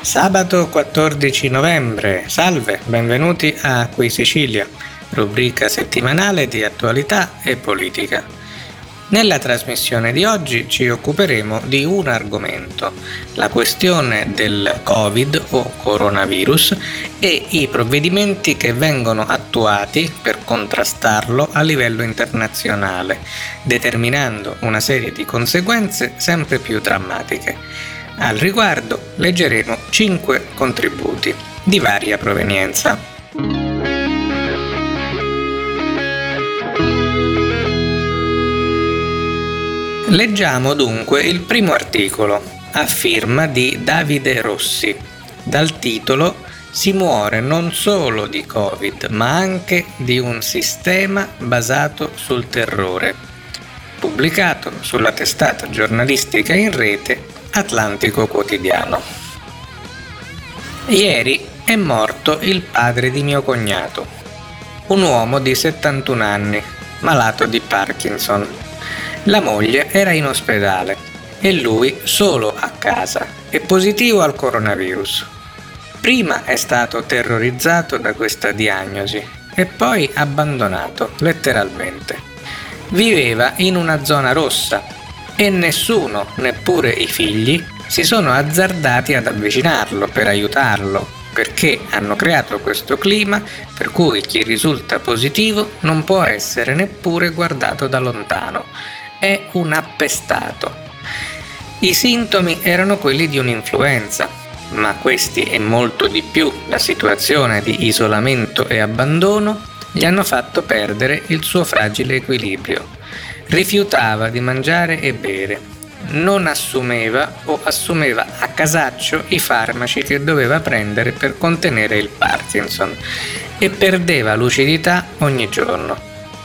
Sabato 14 novembre, salve, benvenuti a Qui Sicilia, rubrica settimanale di attualità e politica. Nella trasmissione di oggi ci occuperemo di un argomento, la questione del Covid o coronavirus e i provvedimenti che vengono attuati per contrastarlo a livello internazionale, determinando una serie di conseguenze sempre più drammatiche. Al riguardo leggeremo 5 contributi di varia provenienza. Leggiamo dunque il primo articolo, a firma di Davide Rossi, dal titolo "Si muore non solo di Covid, ma anche di un sistema basato sul terrore", pubblicato sulla testata giornalistica in rete Atlantico Quotidiano. Ieri è morto il padre di mio cognato, un uomo di 71 anni, malato di Parkinson. La moglie era in ospedale e lui solo a casa e positivo al coronavirus. Prima è stato terrorizzato da questa diagnosi e poi abbandonato, letteralmente. Viveva in una zona rossa e nessuno, neppure i figli, si sono azzardati ad avvicinarlo per aiutarlo, perché hanno creato questo clima per cui chi risulta positivo non può essere neppure guardato da lontano. È un appestato. I sintomi erano quelli di un'influenza, ma questi e molto di più, la situazione di isolamento e abbandono, gli hanno fatto perdere il suo fragile equilibrio. Rifiutava di mangiare e bere, non assumeva o assumeva a casaccio i farmaci che doveva prendere per contenere il Parkinson e perdeva lucidità ogni giorno.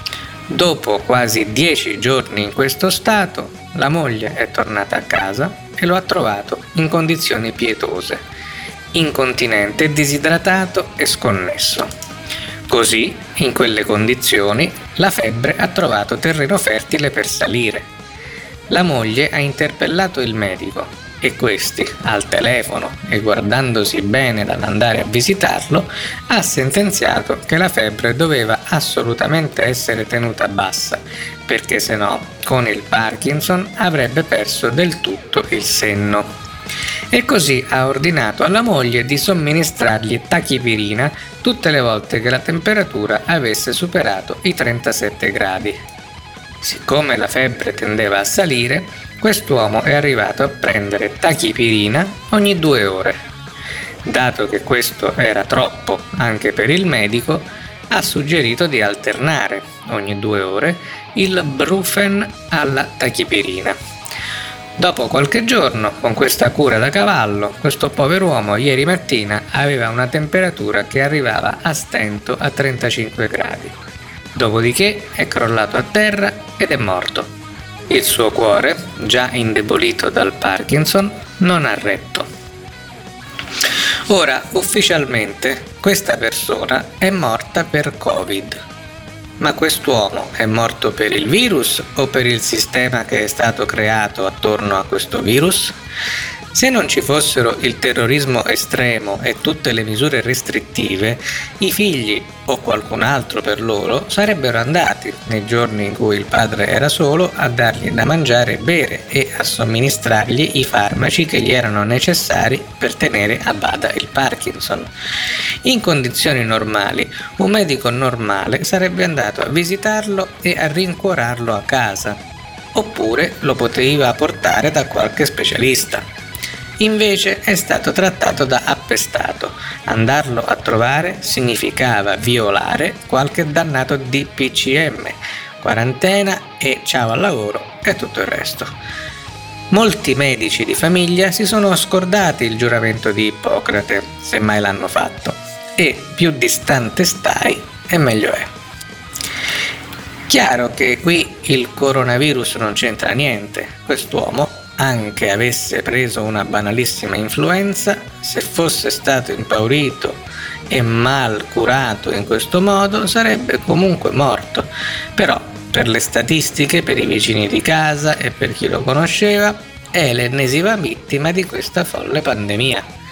Dopo quasi 10 giorni in questo stato, la moglie è tornata a casa e lo ha trovato in condizioni pietose, incontinente, disidratato e sconnesso. Così, in quelle condizioni, la febbre ha trovato terreno fertile per salire. La moglie ha interpellato il medico e questi, al telefono e guardandosi bene dall'andare a visitarlo, ha sentenziato che la febbre doveva assolutamente essere tenuta bassa, perché se no, con il Parkinson avrebbe perso del tutto il senno. E così ha ordinato alla moglie di somministrargli tachipirina tutte le volte che la temperatura avesse superato i 37 gradi. Siccome la febbre tendeva a salire, quest'uomo è arrivato a prendere tachipirina ogni 2 ore. Dato che questo era troppo anche per il medico, ha suggerito di alternare ogni 2 ore il Brufen alla tachipirina. Dopo qualche giorno, con questa cura da cavallo, questo pover'uomo ieri mattina aveva una temperatura che arrivava a stento a 35 gradi. Dopodiché è crollato a terra ed è morto. Il suo cuore, già indebolito dal Parkinson, non ha retto. Ora, ufficialmente, questa persona è morta per Covid. Ma quest'uomo è morto per il virus o per il sistema che è stato creato attorno a questo virus? Se non ci fossero il terrorismo estremo e tutte le misure restrittive, i figli o qualcun altro per loro sarebbero andati, nei giorni in cui il padre era solo, a dargli da mangiare e bere e a somministrargli i farmaci che gli erano necessari per tenere a bada il Parkinson. In condizioni normali, un medico normale sarebbe andato a visitarlo e a rincuorarlo a casa, oppure lo poteva portare da qualche specialista. Invece è stato trattato da appestato. Andarlo a trovare significava violare qualche dannato DPCM, quarantena e ciao al lavoro e tutto il resto. Molti medici di famiglia si sono scordati il giuramento di Ippocrate, se mai l'hanno fatto, e più distante stai e meglio è. Chiaro che qui il coronavirus non c'entra niente. Quest'uomo, anche avesse preso una banalissima influenza, se fosse stato impaurito e mal curato in questo modo sarebbe comunque morto. Però per le statistiche, per i vicini di casa e per chi lo conosceva, è l'ennesima vittima di questa folle pandemia.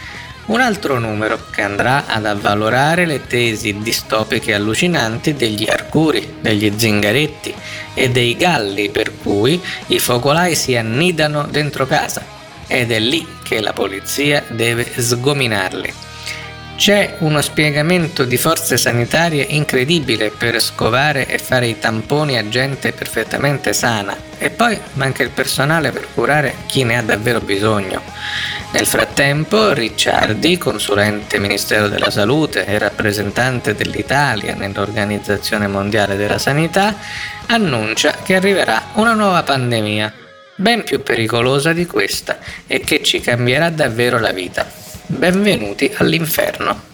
Un altro numero che andrà ad avvalorare le tesi distopiche e allucinanti degli Arcuri, degli Zingaretti e dei Galli, per cui i focolai si annidano dentro casa ed è lì che la polizia deve sgominarli. C'è uno spiegamento di forze sanitarie incredibile per scovare e fare i tamponi a gente perfettamente sana, e poi manca il personale per curare chi ne ha davvero bisogno. Nel frattempo Ricciardi, consulente Ministero della Salute e rappresentante dell'Italia nell'Organizzazione Mondiale della Sanità, annuncia che arriverà una nuova pandemia, ben più pericolosa di questa e che ci cambierà davvero la vita. Benvenuti all'inferno.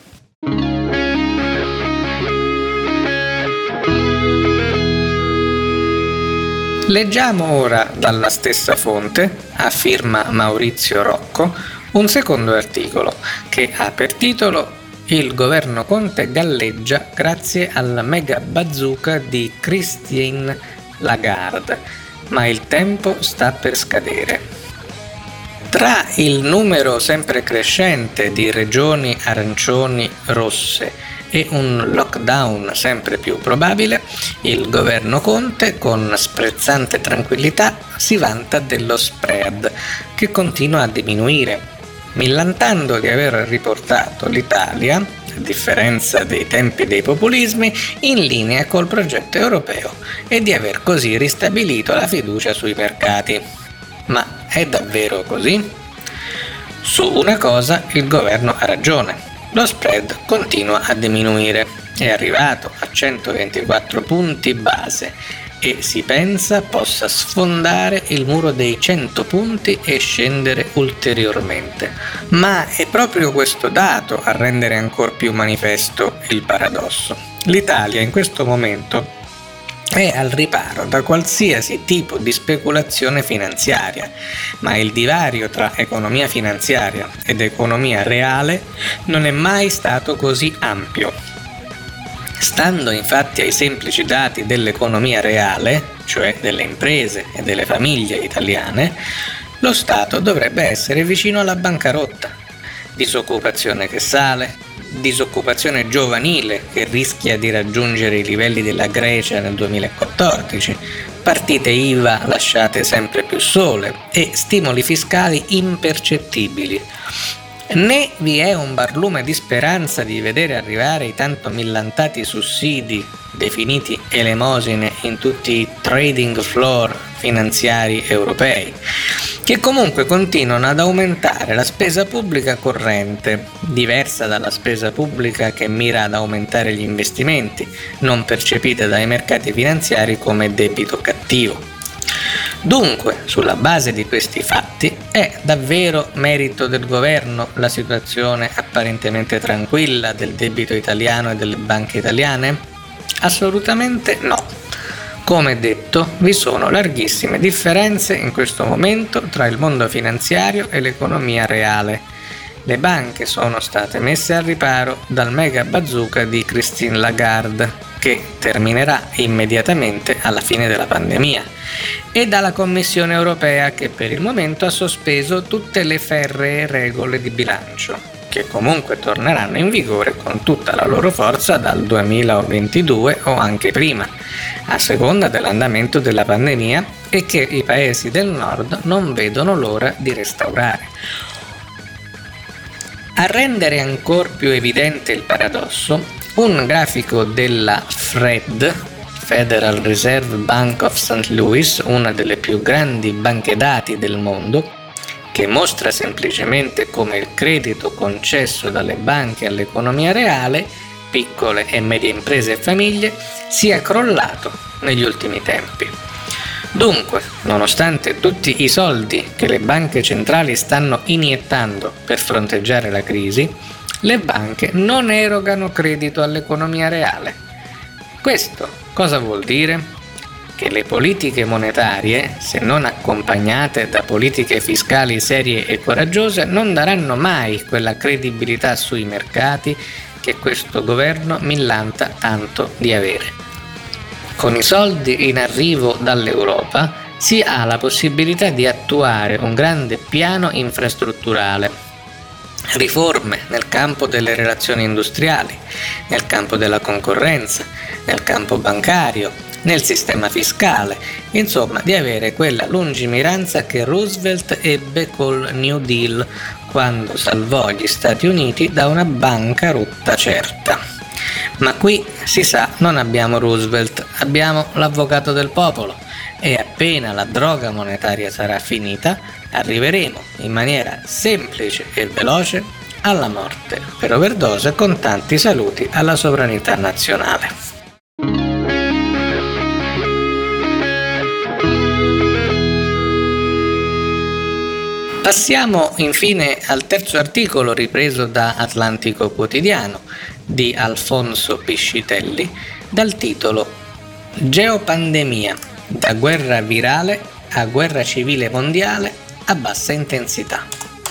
Leggiamo ora dalla stessa fonte, a firma Maurizio Rocco, un secondo articolo che ha per titolo "Il governo Conte galleggia grazie alla mega bazooka di Christine Lagarde, ma il tempo sta per scadere". Tra il numero sempre crescente di regioni arancioni rosse e un lockdown sempre più probabile, il governo Conte, con sprezzante tranquillità, si vanta dello spread, che continua a diminuire, millantando di aver riportato l'Italia, a differenza dei tempi dei populismi, in linea col progetto europeo e di aver così ristabilito la fiducia sui mercati. Ma è davvero così? Su una cosa il governo ha ragione: lo spread continua a diminuire, è arrivato a 124 punti base e si pensa possa sfondare il muro dei 100 punti e scendere ulteriormente. Ma è proprio questo dato a rendere ancora più manifesto il paradosso. L'Italia in questo momento è al riparo da qualsiasi tipo di speculazione finanziaria, ma il divario tra economia finanziaria ed economia reale non è mai stato così ampio. Stando infatti ai semplici dati dell'economia reale, cioè delle imprese e delle famiglie italiane, lo Stato dovrebbe essere vicino alla bancarotta. Disoccupazione che sale, disoccupazione giovanile che rischia di raggiungere i livelli della Grecia nel 2014, partite IVA lasciate sempre più sole e stimoli fiscali impercettibili. Né vi è un barlume di speranza di vedere arrivare i tanto millantati sussidi, definiti elemosine in tutti i trading floor finanziari europei, che comunque continuano ad aumentare la spesa pubblica corrente, diversa dalla spesa pubblica che mira ad aumentare gli investimenti, non percepite dai mercati finanziari come debito cattivo. Dunque, sulla base di questi fatti, è davvero merito del governo la situazione apparentemente tranquilla del debito italiano e delle banche italiane? Assolutamente no. Come detto, vi sono larghissime differenze in questo momento tra il mondo finanziario e l'economia reale. Le banche sono state messe al riparo dal mega bazooka di Christine Lagarde, che terminerà immediatamente alla fine della pandemia, e dalla Commissione europea, che per il momento ha sospeso tutte le ferree regole di bilancio, che comunque torneranno in vigore con tutta la loro forza dal 2022 o anche prima, a seconda dell'andamento della pandemia, e che i paesi del nord non vedono l'ora di restaurare. A rendere ancora più evidente il paradosso, un grafico della FRED, Federal Reserve Bank of St. Louis, una delle più grandi banche dati del mondo, che mostra semplicemente come il credito concesso dalle banche all'economia reale, piccole e medie imprese e famiglie, sia crollato negli ultimi tempi. Dunque, nonostante tutti i soldi che le banche centrali stanno iniettando per fronteggiare la crisi, le banche non erogano credito all'economia reale. Questo cosa vuol dire? Che le politiche monetarie, se non accompagnate da politiche fiscali serie e coraggiose, non daranno mai quella credibilità sui mercati che questo governo millanta tanto di avere. Con i soldi in arrivo dall'Europa si ha la possibilità di attuare un grande piano infrastrutturale, riforme nel campo delle relazioni industriali, nel campo della concorrenza, nel campo bancario, nel sistema fiscale, insomma di avere quella lungimiranza che Roosevelt ebbe col New Deal quando salvò gli Stati Uniti da una bancarotta certa. Ma qui, si sa, non abbiamo Roosevelt, abbiamo l'avvocato del popolo e appena la droga monetaria sarà finita arriveremo in maniera semplice e veloce alla morte per overdose con tanti saluti alla sovranità nazionale. Passiamo infine al terzo articolo ripreso da Atlantico Quotidiano di Alfonso Piscitelli dal titolo Geopandemia, da guerra virale a guerra civile mondiale a bassa intensità.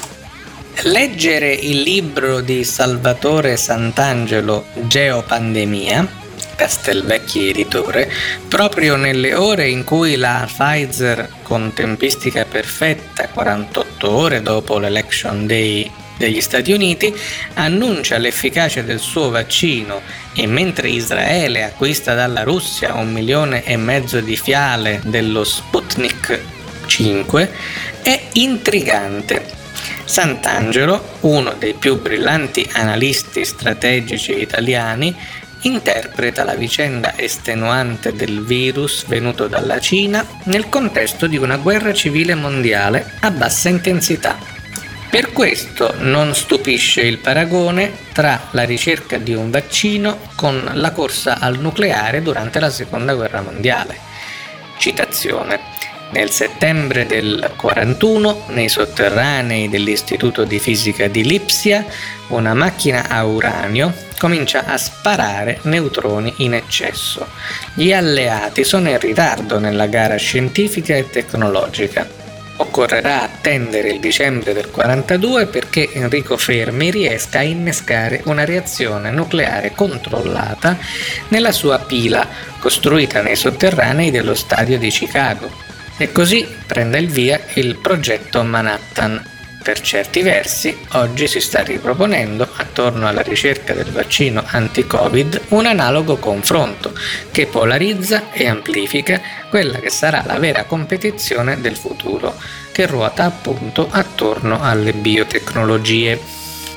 Leggere il libro di Salvatore Santangelo Geopandemia, Castelvecchi editore, proprio nelle ore in cui la Pfizer, con tempistica perfetta 48 ore dopo l'Election Day degli Stati Uniti, annuncia l'efficacia del suo vaccino e mentre Israele acquista dalla Russia 1,5 milioni di fiale dello Sputnik 5, è intrigante. Santangelo, uno dei più brillanti analisti strategici italiani, interpreta la vicenda estenuante del virus venuto dalla Cina nel contesto di una guerra civile mondiale a bassa intensità. Per questo non stupisce il paragone tra la ricerca di un vaccino con la corsa al nucleare durante la Seconda Guerra Mondiale. Citazione: nel settembre del 41, nei sotterranei dell'Istituto di Fisica di Lipsia, una macchina a uranio comincia a sparare neutroni in eccesso. Gli alleati sono in ritardo nella gara scientifica e tecnologica. Occorrerà attendere il dicembre del 42 perché Enrico Fermi riesca a innescare una reazione nucleare controllata nella sua pila costruita nei sotterranei dello stadio di Chicago. E così prende il via il progetto Manhattan. Per certi versi, oggi si sta riproponendo, attorno alla ricerca del vaccino anti-Covid, un analogo confronto che polarizza e amplifica quella che sarà la vera competizione del futuro, che ruota appunto attorno alle biotecnologie.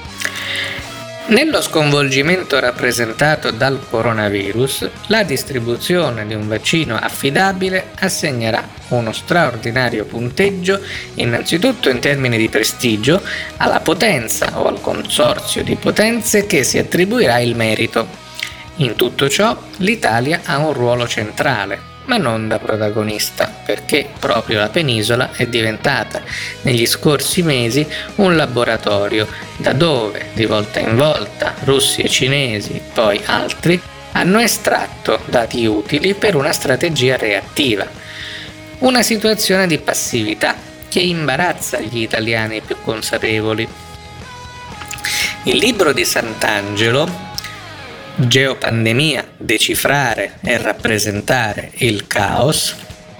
Nello sconvolgimento rappresentato dal coronavirus, la distribuzione di un vaccino affidabile assegnerà uno straordinario punteggio, innanzitutto in termini di prestigio, alla potenza o al consorzio di potenze che si attribuirà il merito. In tutto ciò l'Italia ha un ruolo centrale, ma non da protagonista, perché proprio la penisola è diventata negli scorsi mesi un laboratorio da dove di volta in volta russi e cinesi, poi altri, hanno estratto dati utili per una strategia reattiva. Una situazione di passività che imbarazza gli italiani più consapevoli. Il libro di Santangelo, Geopandemia, decifrare e rappresentare il caos,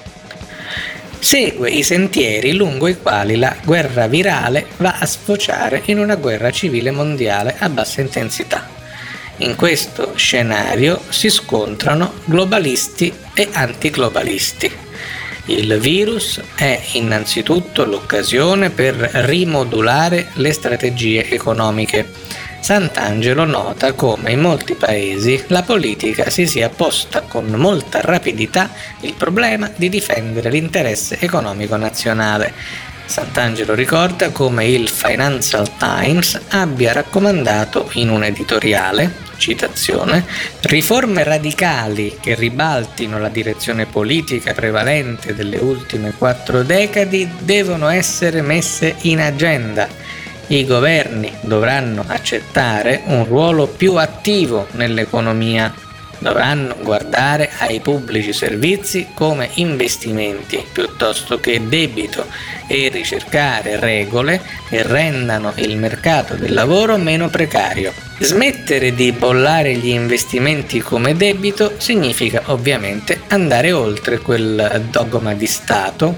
segue i sentieri lungo i quali la guerra virale va a sfociare in una guerra civile mondiale a bassa intensità. In questo scenario si scontrano globalisti e antiglobalisti. Il virus è innanzitutto l'occasione per rimodulare le strategie economiche. Santangelo nota come in molti paesi la politica si sia posta con molta rapidità il problema di difendere l'interesse economico nazionale. Santangelo ricorda come il Financial Times abbia raccomandato in un editoriale, citazione, riforme radicali che ribaltino la direzione politica prevalente delle ultime 4 decadi devono essere messe in agenda. I governi dovranno accettare un ruolo più attivo nell'economia, dovranno guardare ai pubblici servizi come investimenti piuttosto che debito e ricercare regole che rendano il mercato del lavoro meno precario. Smettere di bollare gli investimenti come debito significa ovviamente andare oltre quel dogma di Stato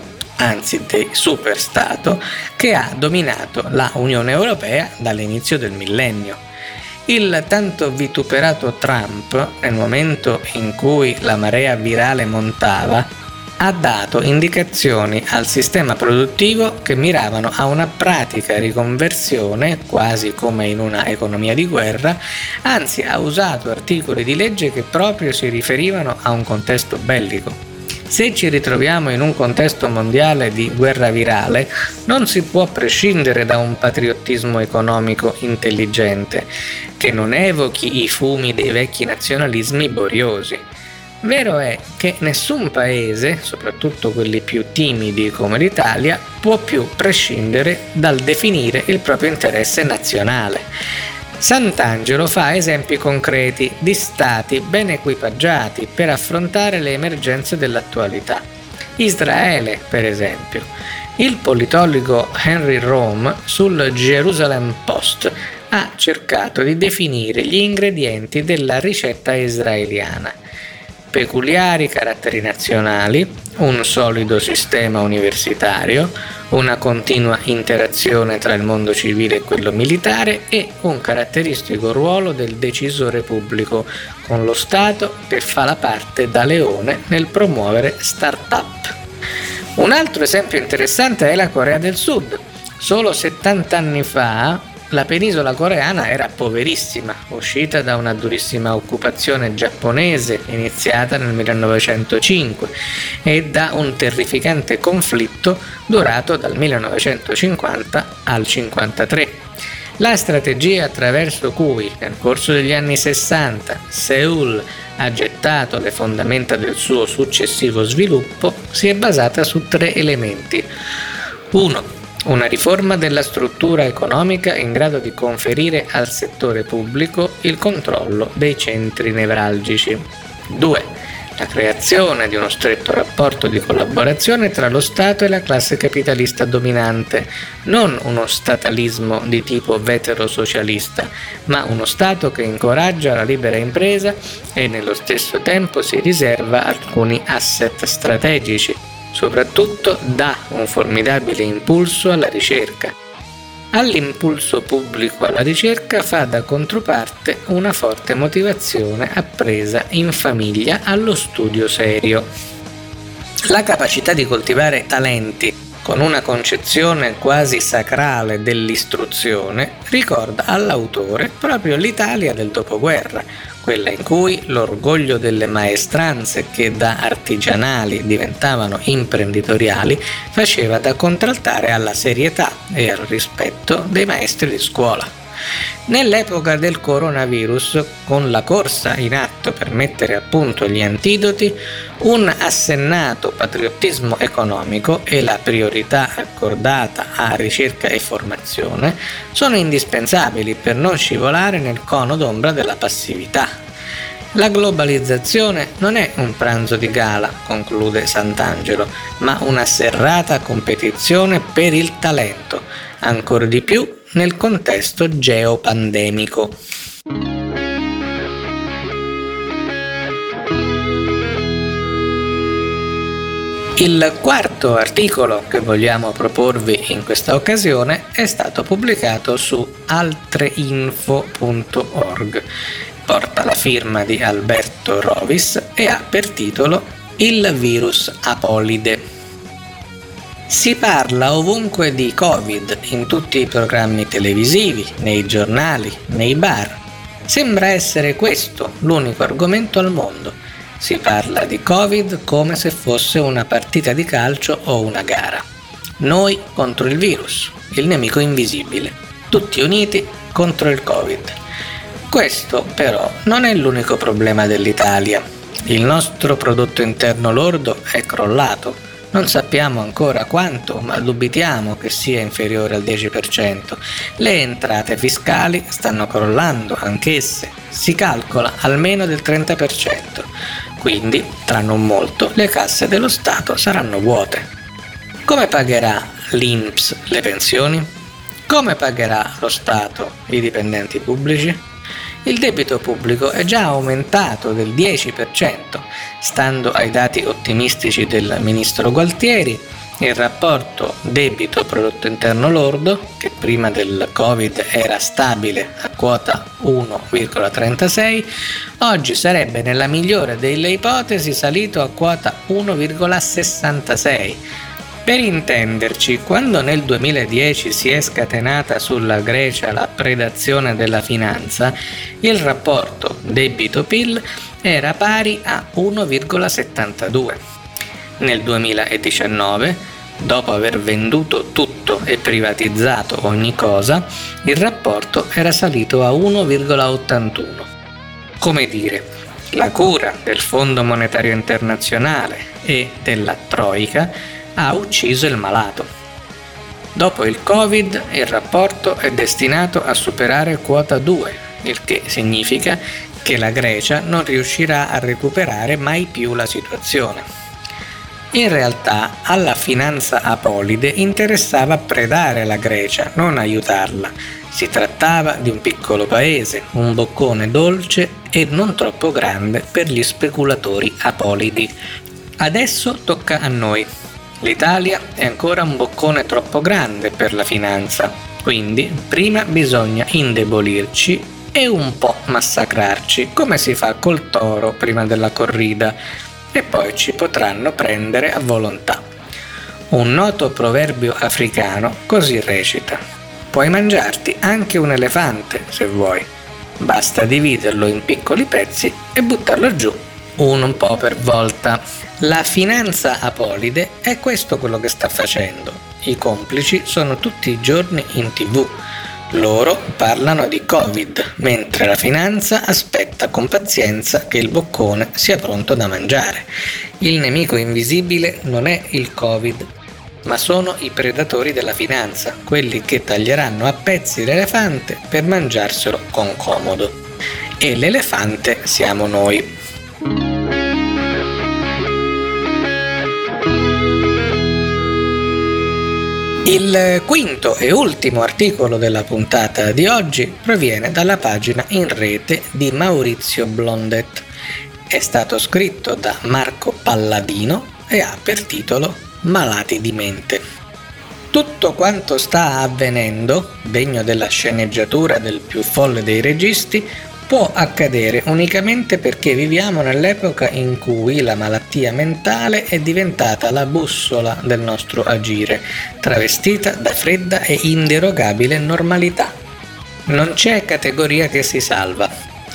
anzi dei superstato, che ha dominato la Unione Europea dall'inizio del millennio. Il tanto vituperato Trump, nel momento in cui la marea virale montava, ha dato indicazioni al sistema produttivo che miravano a una pratica riconversione, quasi come in una economia di guerra, anzi ha usato articoli di legge che proprio si riferivano a un contesto bellico. Se ci ritroviamo in un contesto mondiale di guerra virale, non si può prescindere da un patriottismo economico intelligente, che non evochi i fumi dei vecchi nazionalismi boriosi. Vero è che nessun paese, soprattutto quelli più timidi come l'Italia, può più prescindere dal definire il proprio interesse nazionale. Sant'Angelo fa esempi concreti di stati ben equipaggiati per affrontare le emergenze dell'attualità. Israele, per esempio. Il politologo Henry Rome sul Jerusalem Post ha cercato di definire gli ingredienti della ricetta israeliana. Peculiari caratteri nazionali, un solido sistema universitario, una continua interazione tra il mondo civile e quello militare e un caratteristico ruolo del decisore pubblico, con lo Stato che fa la parte da leone nel promuovere start-up. Un altro esempio interessante è la Corea del Sud. Solo 70 anni fa la penisola coreana era poverissima, uscita da una durissima occupazione giapponese iniziata nel 1905 e da un terrificante conflitto durato dal 1950 al 1953. La strategia attraverso cui, nel corso degli anni 60, Seoul ha gettato le fondamenta del suo successivo sviluppo si è basata su 3 elementi. 1. Una riforma della struttura economica in grado di conferire al settore pubblico il controllo dei centri nevralgici. 2. La creazione di uno stretto rapporto di collaborazione tra lo Stato e la classe capitalista dominante, non uno statalismo di tipo veterosocialista, ma uno Stato che incoraggia la libera impresa e nello stesso tempo si riserva alcuni asset strategici. Soprattutto dà un formidabile impulso alla ricerca. All'impulso pubblico alla ricerca fa da controparte una forte motivazione appresa in famiglia allo studio serio. La capacità di coltivare talenti con una concezione quasi sacrale dell'istruzione ricorda all'autore proprio l'Italia del dopoguerra, quella in cui l'orgoglio delle maestranze che da artigianali diventavano imprenditoriali faceva da contraltare alla serietà e al rispetto dei maestri di scuola. Nell'epoca del coronavirus, con la corsa in atto per mettere a punto gli antidoti, un assennato patriottismo economico e la priorità accordata a ricerca e formazione sono indispensabili per non scivolare nel cono d'ombra della passività. La globalizzazione non è un pranzo di gala, conclude Sant'Angelo, ma una serrata competizione per il talento, ancor di più nel contesto geopandemico. Il quarto articolo che vogliamo proporvi in questa occasione è stato pubblicato su altreinfo.org. Porta la firma di Alberto Rovis e ha per titolo Il virus apolide. Si parla ovunque di Covid, in tutti i programmi televisivi, nei giornali, nei bar. Sembra essere questo l'unico argomento al mondo. Si parla di Covid come se fosse una partita di calcio o una gara. Noi contro il virus, il nemico invisibile, tutti uniti contro il Covid. Questo però non è l'unico problema dell'Italia. Il nostro prodotto interno lordo è crollato. Non sappiamo ancora quanto, ma dubitiamo che sia inferiore al 10%. Le entrate fiscali stanno crollando anch'esse. Si calcola almeno del 30%. Quindi, tra non molto, le casse dello Stato saranno vuote. Come pagherà l'INPS le pensioni? Come pagherà lo Stato i dipendenti pubblici? Il debito pubblico è già aumentato del 10%, stando ai dati ottimistici del ministro Gualtieri. il rapporto debito prodotto interno lordo, che prima del Covid era stabile a quota 1,36, oggi sarebbe nella migliore delle ipotesi salito a quota 1,66. Per intenderci, quando nel 2010 si è scatenata sulla Grecia la predazione della finanza, il rapporto debito-PIL era pari a 1,72. Nel 2019, dopo aver venduto tutto e privatizzato ogni cosa, il rapporto era salito a 1,81. Come dire, la cura del Fondo Monetario Internazionale e della Troika ha ucciso il malato. Dopo il Covid il rapporto è destinato a superare quota 2, il che significa che la Grecia non riuscirà a recuperare mai più la situazione. In realtà alla finanza apolide interessava predare la Grecia, non aiutarla. Si trattava di un piccolo paese, un boccone dolce e non troppo grande per gli speculatori apolidi. Adesso tocca a noi. L'Italia è ancora un boccone troppo grande per la finanza, quindi prima bisogna indebolirci e un po' massacrarci, come si fa col toro prima della corrida, e poi ci potranno prendere a volontà. Un noto proverbio africano così recita: puoi mangiarti anche un elefante se vuoi, basta dividerlo in piccoli pezzi e buttarlo giù un po' per volta. La finanza apolide è questo quello che sta facendo. I complici sono tutti i giorni in TV. Loro parlano di Covid, mentre la finanza aspetta con pazienza che il boccone sia pronto da mangiare. Il nemico invisibile non è il Covid, ma sono i predatori della finanza, quelli che taglieranno a pezzi l'elefante per mangiarselo con comodo. E l'elefante siamo noi. Il quinto e ultimo articolo della puntata di oggi proviene dalla pagina in rete di Maurizio Blondet. È stato scritto da Marco Palladino e ha per titolo Malati di mente. Tutto quanto sta avvenendo, degno della sceneggiatura del più folle dei registi, può accadere unicamente perché viviamo nell'epoca in cui la malattia mentale è diventata la bussola del nostro agire, travestita da fredda e inderogabile normalità. Non c'è categoria che si salva.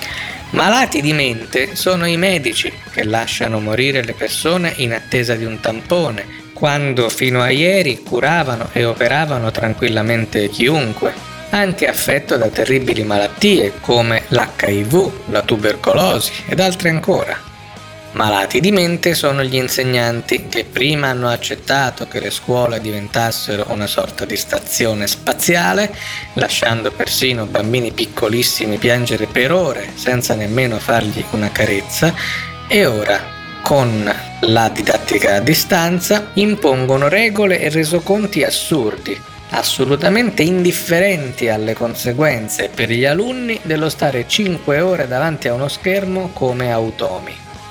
Malati di mente sono i medici che lasciano morire le persone in attesa di un tampone, quando fino a ieri curavano e operavano tranquillamente chiunque, anche affetto da terribili malattie come l'HIV, la tubercolosi ed altre ancora. Malati di mente sono gli insegnanti che prima hanno accettato che le scuole diventassero una sorta di stazione spaziale, lasciando persino bambini piccolissimi piangere per ore senza nemmeno fargli una carezza, e ora, con la didattica a distanza, impongono regole e resoconti assurdi, assolutamente indifferenti alle conseguenze per gli alunni dello stare 5 ore davanti a uno schermo come automi.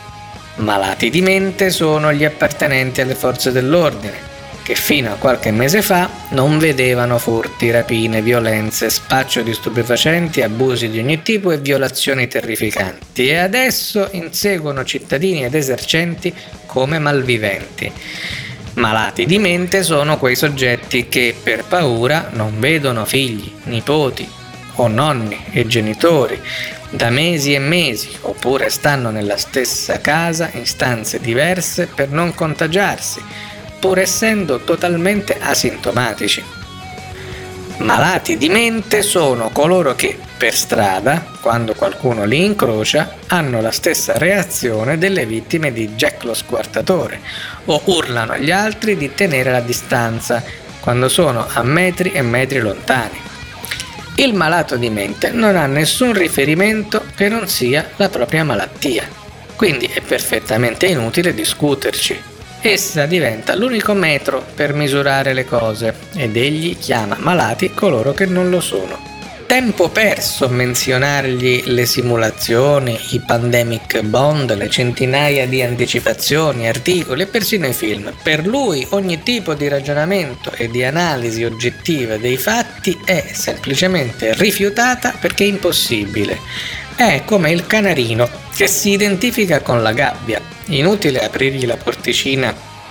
Malati di mente sono gli appartenenti alle forze dell'ordine, che fino a qualche mese fa non vedevano furti, rapine, violenze, spaccio di stupefacenti, abusi di ogni tipo e violazioni terrificanti, e adesso inseguono cittadini ed esercenti come malviventi. Malati di mente sono quei soggetti che per paura non vedono figli, nipoti o nonni e genitori da mesi e mesi, oppure stanno nella stessa casa in stanze diverse per non contagiarsi, pur essendo totalmente asintomatici. Malati di mente sono coloro che per strada, quando qualcuno li incrocia, hanno la stessa reazione delle vittime di Jack lo Squartatore, o urlano agli altri di tenere la distanza quando sono a metri e metri lontani. Il malato di mente non ha nessun riferimento che non sia la propria malattia, quindi è perfettamente inutile discuterci. Essa diventa l'unico metro per misurare le cose ed egli chiama malati coloro che non lo sono. tempo perso menzionargli le simulazioni, i pandemic bond, le centinaia di anticipazioni, articoli e persino i film. Per lui ogni tipo di ragionamento e di analisi oggettiva dei fatti è semplicemente rifiutata perché è impossibile. È come il canarino che si identifica con la gabbia. Inutile aprirgli la porticina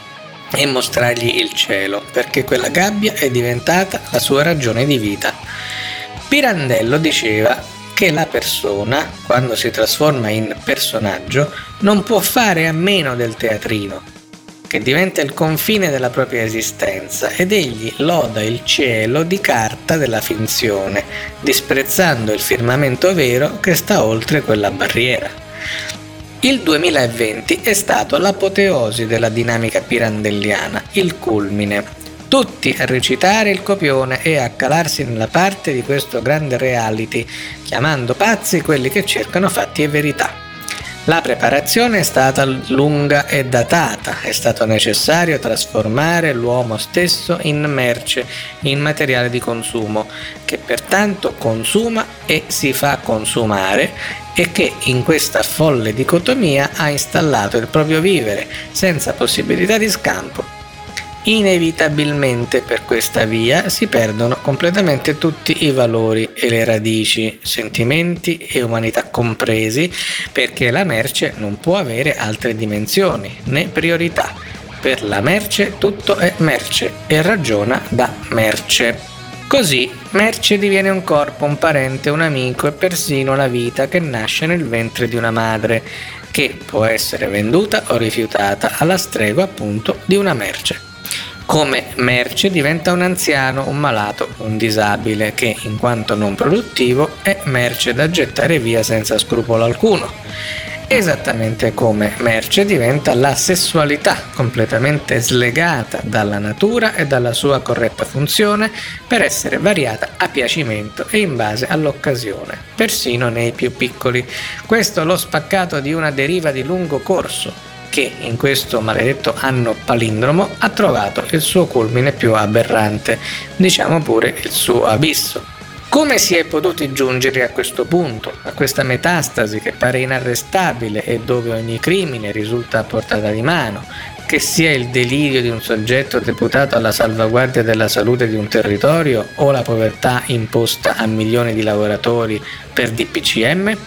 e mostrargli il cielo, perché quella gabbia è diventata la sua ragione di vita. Pirandello diceva che la persona, quando si trasforma in personaggio, non può fare a meno del teatrino, che diventa il confine della propria esistenza, ed egli loda il cielo di carta della finzione, disprezzando il firmamento vero che sta oltre quella barriera. Il 2020 è stato l'apoteosi della dinamica pirandelliana, il culmine. Tutti a recitare il copione e a calarsi nella parte di questo grande reality, chiamando pazzi quelli che cercano fatti e verità. La preparazione è stata lunga e datata, è stato necessario trasformare l'uomo stesso in merce, in materiale di consumo, che pertanto consuma e si fa consumare e che in questa folle dicotomia ha installato il proprio vivere, senza possibilità di scampo. Inevitabilmente per questa via si perdono completamente tutti i valori e le radici, sentimenti e umanità compresi, perché la merce non può avere altre dimensioni né priorità. Per la merce tutto è merce e ragiona da merce. Così merce diviene un corpo, un parente, un amico e persino la vita che nasce nel ventre di una madre, che può essere venduta o rifiutata alla stregua appunto di una merce. Come merce diventa un anziano, un malato, un disabile che, in quanto non produttivo, è merce da gettare via senza scrupolo alcuno. Esattamente come merce diventa la sessualità, completamente slegata dalla natura e dalla sua corretta funzione per essere variata a piacimento e in base all'occasione, persino nei più piccoli. Questo è lo spaccato di una deriva di lungo corso, che in questo maledetto anno palindromo ha trovato il suo culmine più aberrante, diciamo pure il suo abisso. Come si è potuti giungere a questo punto, a questa metastasi che pare inarrestabile e dove ogni crimine risulta a portata di mano, che sia il delirio di un soggetto deputato alla salvaguardia della salute di un territorio o la povertà imposta a milioni di lavoratori per DPCM?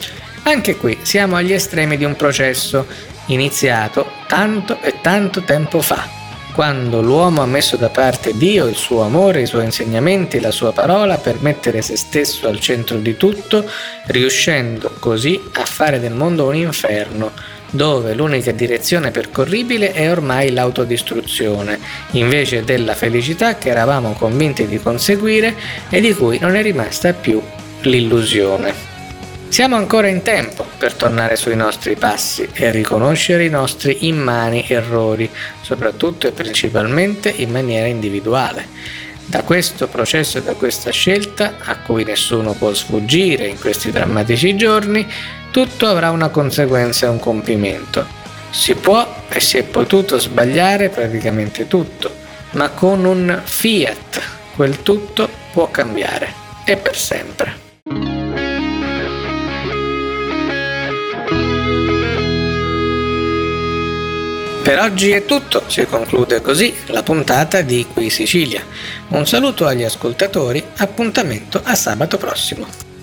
Anche qui siamo agli estremi di un processo iniziato tanto e tanto tempo fa, quando l'uomo ha messo da parte Dio, il suo amore, i suoi insegnamenti, la sua parola per mettere se stesso al centro di tutto, riuscendo così a fare del mondo un inferno, dove l'unica direzione percorribile è ormai l'autodistruzione, invece della felicità che eravamo convinti di conseguire e di cui non è rimasta più l'illusione. Siamo ancora in tempo per tornare sui nostri passi e riconoscere i nostri immani errori, soprattutto e principalmente in maniera individuale. Da questo processo e da questa scelta, a cui nessuno può sfuggire in questi drammatici giorni, tutto avrà una conseguenza e un compimento. Si può e si è potuto sbagliare praticamente tutto, ma con un fiat quel tutto può cambiare, e per sempre. Per oggi è tutto, si conclude così la puntata di Qui Sicilia. Un saluto agli ascoltatori, appuntamento a sabato prossimo.